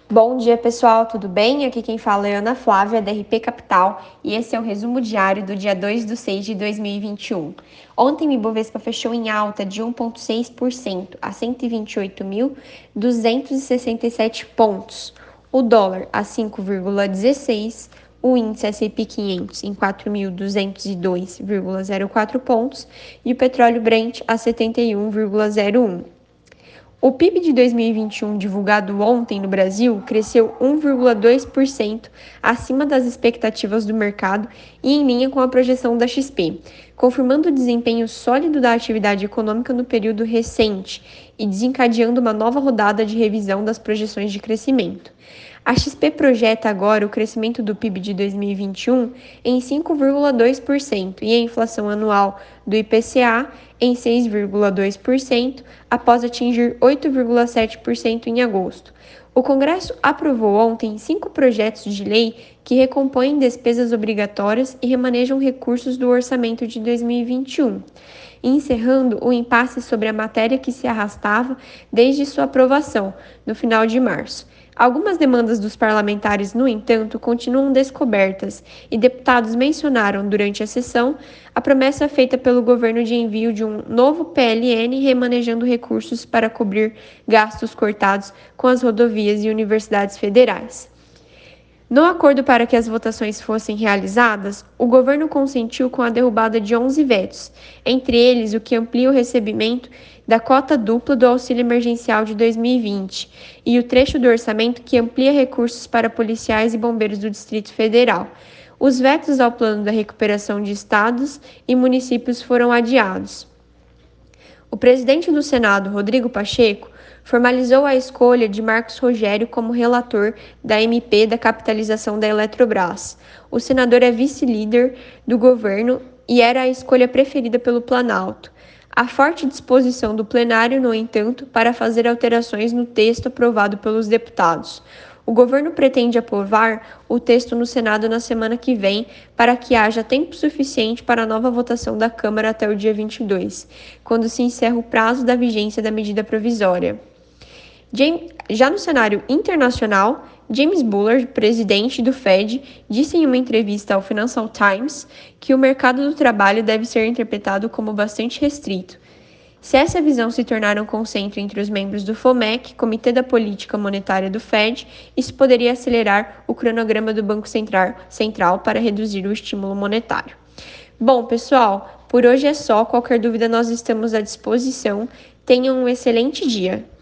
Bom dia, pessoal, tudo bem? Aqui quem fala é Ana Flávia, da RP Capital, e esse é o resumo diário do dia 2/6/2021. Ontem, o Ibovespa fechou em alta de 1,6% a 128.267 pontos. O dólar a 5,16, o índice S&P 500 em 4.202,04 pontos e o petróleo Brent a 71,01. O PIB de 2021, divulgado ontem no Brasil, cresceu 1,2% acima das expectativas do mercado e em linha com a projeção da XP, confirmando o desempenho sólido da atividade econômica no período recente e desencadeando uma nova rodada de revisão das projeções de crescimento. A XP projeta agora o crescimento do PIB de 2021 em 5,2% e a inflação anual do IPCA em 6,2%, após atingir 8,7% em agosto. O Congresso aprovou ontem 5 projetos de lei que recompõem despesas obrigatórias e remanejam recursos do orçamento de 2021, encerrando o impasse sobre a matéria que se arrastava desde sua aprovação, no final de março. Algumas demandas dos parlamentares, no entanto, continuam descobertas e deputados mencionaram durante a sessão a promessa feita pelo governo de envio de um novo PLN remanejando recursos para cobrir gastos cortados com as rodovias e universidades federais. No acordo para que as votações fossem realizadas, o governo consentiu com a derrubada de 11 vetos, entre eles o que amplia o recebimento da cota dupla do auxílio emergencial de 2020 e o trecho do orçamento que amplia recursos para policiais e bombeiros do Distrito Federal. Os vetos ao plano da recuperação de estados e municípios foram adiados. O presidente do Senado, Rodrigo Pacheco, formalizou a escolha de Marcos Rogério como relator da MP da capitalização da Eletrobras. O senador é vice-líder do governo e era a escolha preferida pelo Planalto. Há forte disposição do plenário, no entanto, para fazer alterações no texto aprovado pelos deputados. O governo pretende aprovar o texto no Senado na semana que vem para que haja tempo suficiente para a nova votação da Câmara até o dia 22, quando se encerra o prazo da vigência da medida provisória. Já no cenário internacional, James Bullard, presidente do Fed, disse em uma entrevista ao Financial Times que o mercado do trabalho deve ser interpretado como bastante restrito. Se essa visão se tornar um consenso entre os membros do FOMC, Comitê da Política Monetária do Fed, isso poderia acelerar o cronograma do Banco Central para reduzir o estímulo monetário. Bom, pessoal, por hoje é só. Qualquer dúvida nós estamos à disposição. Tenham um excelente dia.